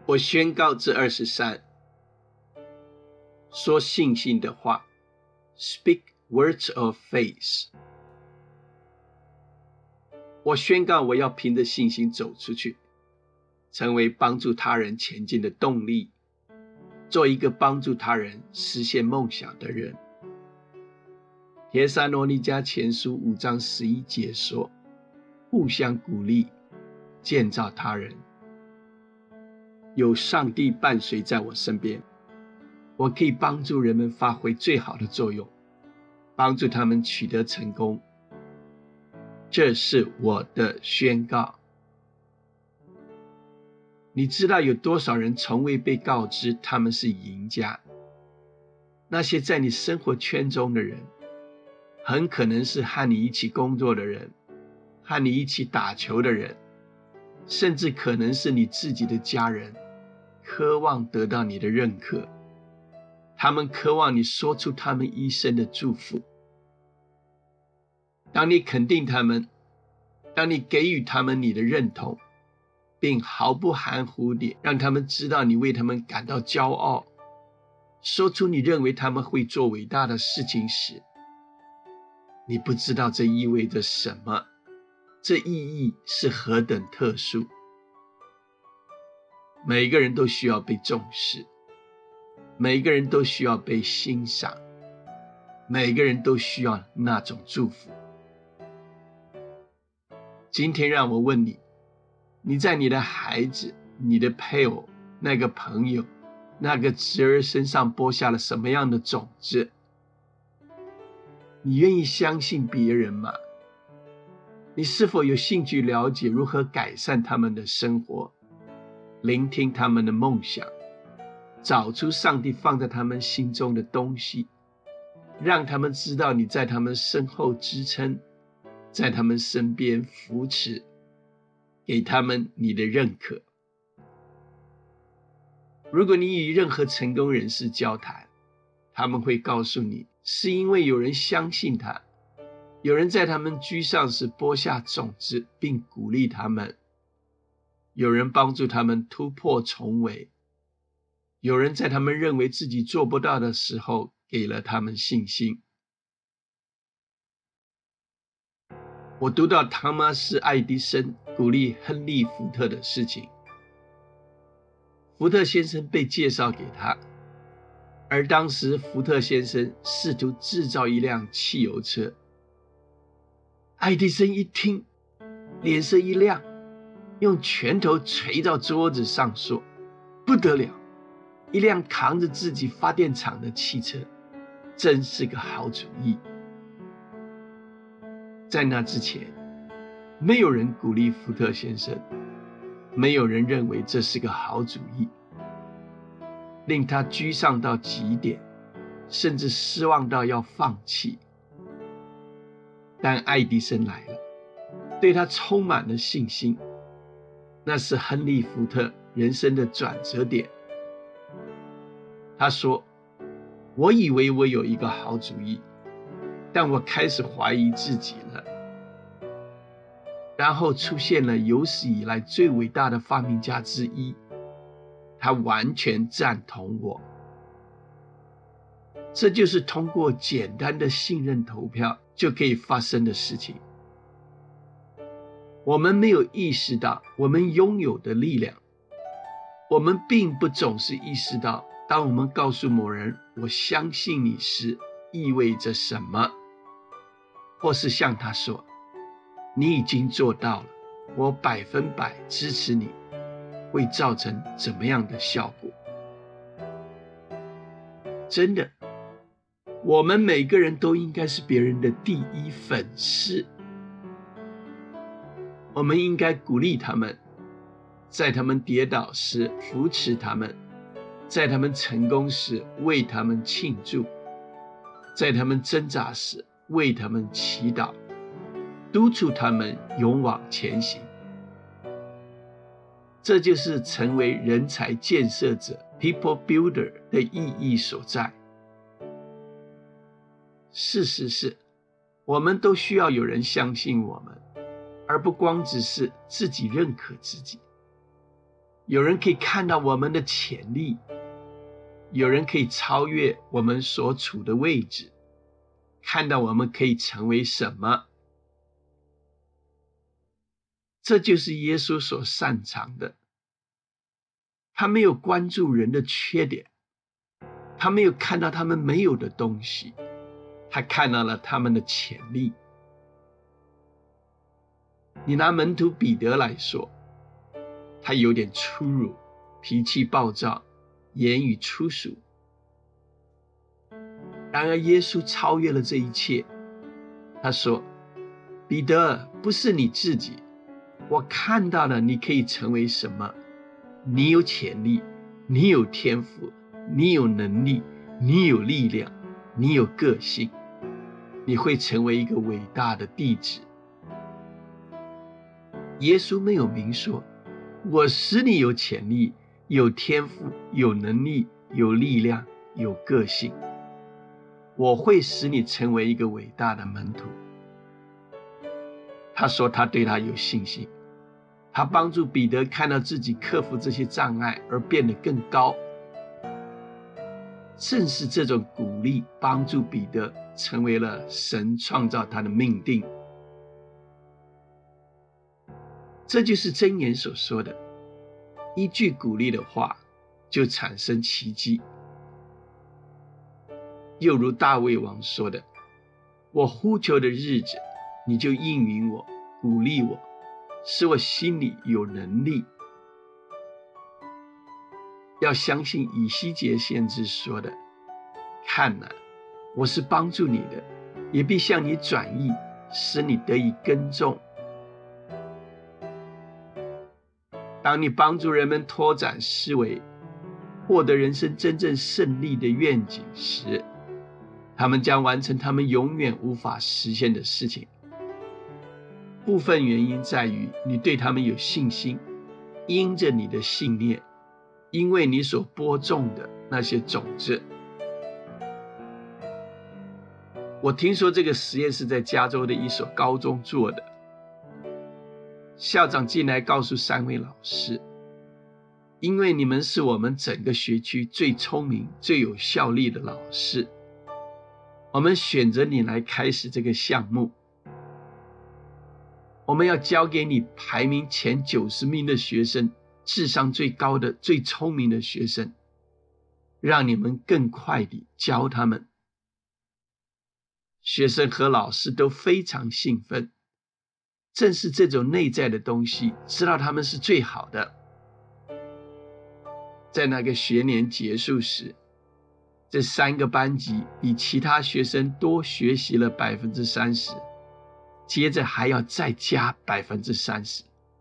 我宣告这23，说信心的话 ，Speak words of faith。我宣告我要凭着信心走出去，成为帮助他人前进的动力，做一个帮助他人实现梦想的人。帖撒罗尼迦前书5章11节说，互相鼓励，建造他人。有上帝伴随在我身边，我可以帮助人们发挥最好的作用，帮助他们取得成功。这是我的宣告。你知道有多少人从未被告知他们是赢家？那些在你生活圈中的人，很可能是和你一起工作的人，和你一起打球的人，甚至可能是你自己的家人，渴望得到你的认可。他们渴望你说出他们一生的祝福。当你肯定他们，当你给予他们你的认同，并毫不含糊地让他们知道你为他们感到骄傲，说出你认为他们会做伟大的事情时，你不知道这意味着什么，这意义是何等特殊。每个人都需要被重视，每个人都需要被欣赏，每个人都需要那种祝福。今天让我问你，你在你的孩子、你的配偶、那个朋友、那个侄儿身上播下了什么样的种子？你愿意相信别人吗？你是否有兴趣了解如何改善他们的生活，聆听他们的梦想，找出上帝放在他们心中的东西，让他们知道你在他们身后支撑，在他们身边扶持，给他们你的认可。如果你与任何成功人士交谈，他们会告诉你，是因为有人相信他，有人在他们居上时播下种子并鼓励他们，有人帮助他们突破重围，有人在他们认为自己做不到的时候给了他们信心。我读到汤马斯·爱迪生鼓励亨利·福特的事情。福特先生被介绍给他，而当时福特先生试图制造一辆汽油车。爱迪生一听，脸色一亮，用拳头捶到桌子上说，不得了，一辆扛着自己发电厂的汽车，真是个好主意。在那之前，没有人鼓励福特先生，没有人认为这是个好主意，令他沮丧到极点，甚至失望到要放弃。但爱迪生来了，对他充满了信心，那是亨利·福特人生的转折点。他说，我以为我有一个好主意，但我开始怀疑自己了。然后出现了有史以来最伟大的发明家之一，他完全赞同我。这就是通过简单的信任投票就可以发生的事情。我们没有意识到我们拥有的力量，我们并不总是意识到，当我们告诉某人我相信你时意味着什么，或是向他说，你已经做到了，我100%支持你，会造成怎么样的效果。真的，我们每个人都应该是别人的第一粉丝。我们应该鼓励他们，在他们跌倒时扶持他们，在他们成功时为他们庆祝，在他们挣扎时为他们祈祷，督促他们勇往前行。这就是成为人才建设者 People Builder 的意义所在。事实是，我们都需要有人相信我们，而不光只是自己认可自己。 有人可以看到我们的潜力，有人可以超越我们所处的位置，看到我们可以成为什么。这就是耶稣所擅长的。他没有关注人的缺点，他没有看到他们没有的东西，他看到了他们的潜力。你拿门徒彼得来说，他有点粗鲁，脾气暴躁，言语粗俗。然而耶稣超越了这一切，他说：彼得，不是你自己，我看到了你可以成为什么。你有潜力，你有天赋，你有能力，你有力量，你有个性，你会成为一个伟大的弟子。耶稣没有明说，我使你有潜力，有天赋，有能力，有力量，有个性，我会使你成为一个伟大的门徒。他说他对他有信心，他帮助彼得看到自己克服这些障碍而变得更高。正是这种鼓励帮助彼得成为了神创造他的命定。这就是箴言所说的，一句鼓励的话就产生奇迹。又如大卫王说的，我呼求的日子，你就应允我，鼓励我，使我心里有能力。要相信以西结先知说的，看哪，我是帮助你的，也必向你转意，使你得以耕种。当你帮助人们拓展思维，获得人生真正胜利的愿景时，他们将完成他们永远无法实现的事情。部分原因在于你对他们有信心，因着你的信念，因为你所播种的那些种子。我听说这个实验是在加州的一所高中做的。校长进来告诉3位老师，因为你们是我们整个学区最聪明、最有效率的老师，我们选择你来开始这个项目。我们要教给你排名前90名的学生，智商最高的、最聪明的学生，让你们更快地教他们。学生和老师都非常兴奋，正是这种内在的东西，知道他们是最好的。在那个学年结束时，这3个班级比其他学生多学习了 30%， 接着还要再加 30%。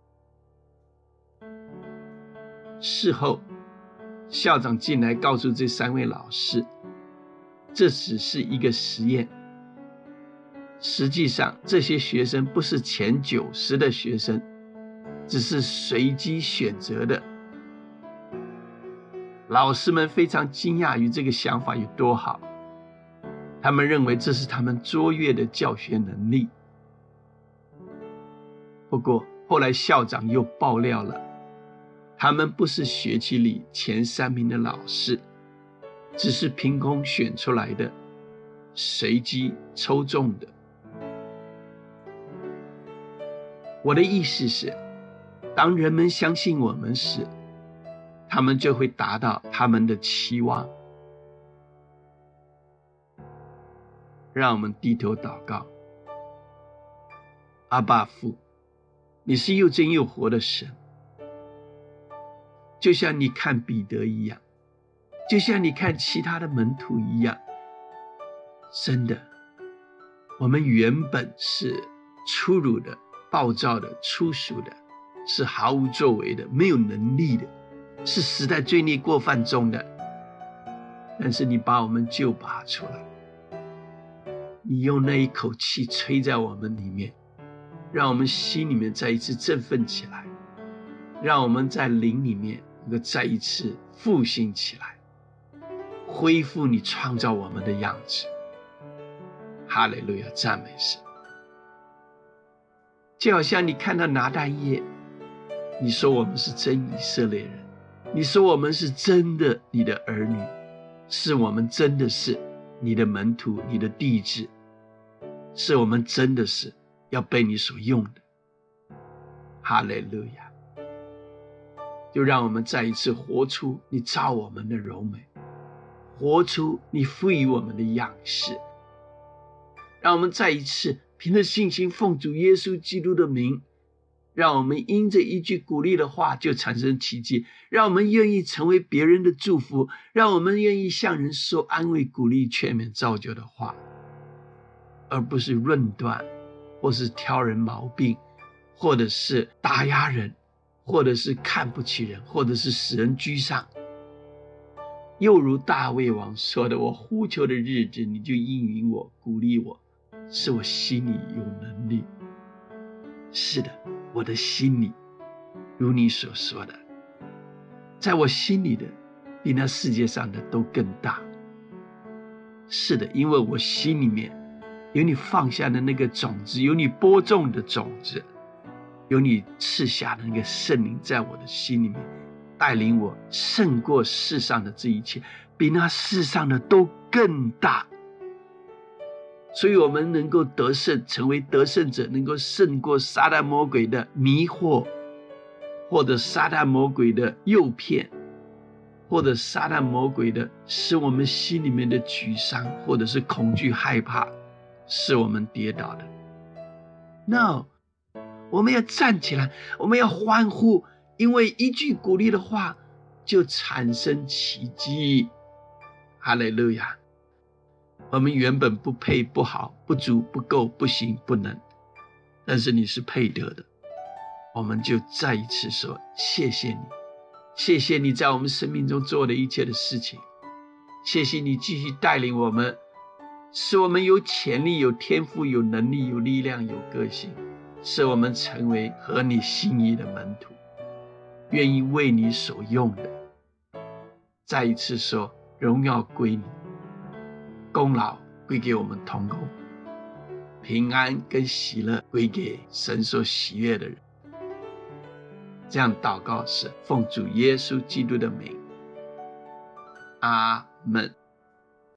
事后校长进来告诉这3位老师，这只是一个实验，实际上这些学生不是前90的学生，只是随机选择的。老师们非常惊讶于这个想法有多好，他们认为这是他们卓越的教学能力。不过后来校长又爆料了，他们不是学期里前3名的老师，只是凭空选出来的，随机抽中的。我的意思是，当人们相信我们时，他们就会达到他们的期望。让我们低头祷告。阿爸父，你是又真又活的神，就像你看彼得一样，就像你看其他的门徒一样。真的，我们原本是粗鲁的、暴躁的、粗俗的，是毫无作为的、没有能力的，是时代罪孽过犯中的。但是你把我们救拔出来，你用那一口气吹在我们里面，让我们心里面再一次振奋起来，让我们在灵里面能够再一次复兴起来，恢复你创造我们的样子。哈利路亚，赞美神。就好像你看到拿但业， 你说我们是真以色列人，你说我们是真的你的儿女，是我们真的是你的门徒，你的弟子，是我们真的是要被你所用的。哈利路亚！就让我们再一次活出你造我们的柔美，活出你赋予我们的样式。让我们再一次凭着信心奉主耶稣基督的名，让我们因着一句鼓励的话就产生奇迹，让我们愿意成为别人的祝福，让我们愿意向人说安慰、鼓励、劝勉、造就的话，而不是论断，或是挑人毛病，或者是打压人，或者是看不起人，或者是使人居上。又如大卫王说的，我呼求的日子，你就应允我，鼓励我，使我心里有能力。是的，我的心里如你所说的，在我心里的比那世界上的都更大。是的，因为我心里面有你放下的那个种子，有你播种的种子，有你赐下的那个圣灵在我的心里面，带领我胜过世上的这一切，比那世上的都更大。所以我们能够得胜，成为得胜者，能够胜过撒旦魔鬼的迷惑，或者撒旦魔鬼的诱骗，或者撒旦魔鬼的使我们心里面的沮丧，或者是恐惧害怕，使我们跌倒的。No， 我们要站起来，我们要欢呼，因为一句鼓励的话就产生奇迹。哈利路亚！我们原本不配、不好、不足、不够、不行、不能，但是你是配得的，我们就再一次说谢谢你，谢谢你在我们生命中做的一切的事情，谢谢你继续带领我们，使我们有潜力、有天赋、有能力、有力量、有个性，使我们成为合你心意的门徒，愿意为你所用的。再一次说，荣耀归你，功劳归给我们同工，平安跟喜乐归给神所喜悦的人。这样祷告是奉主耶稣基督的名，阿们。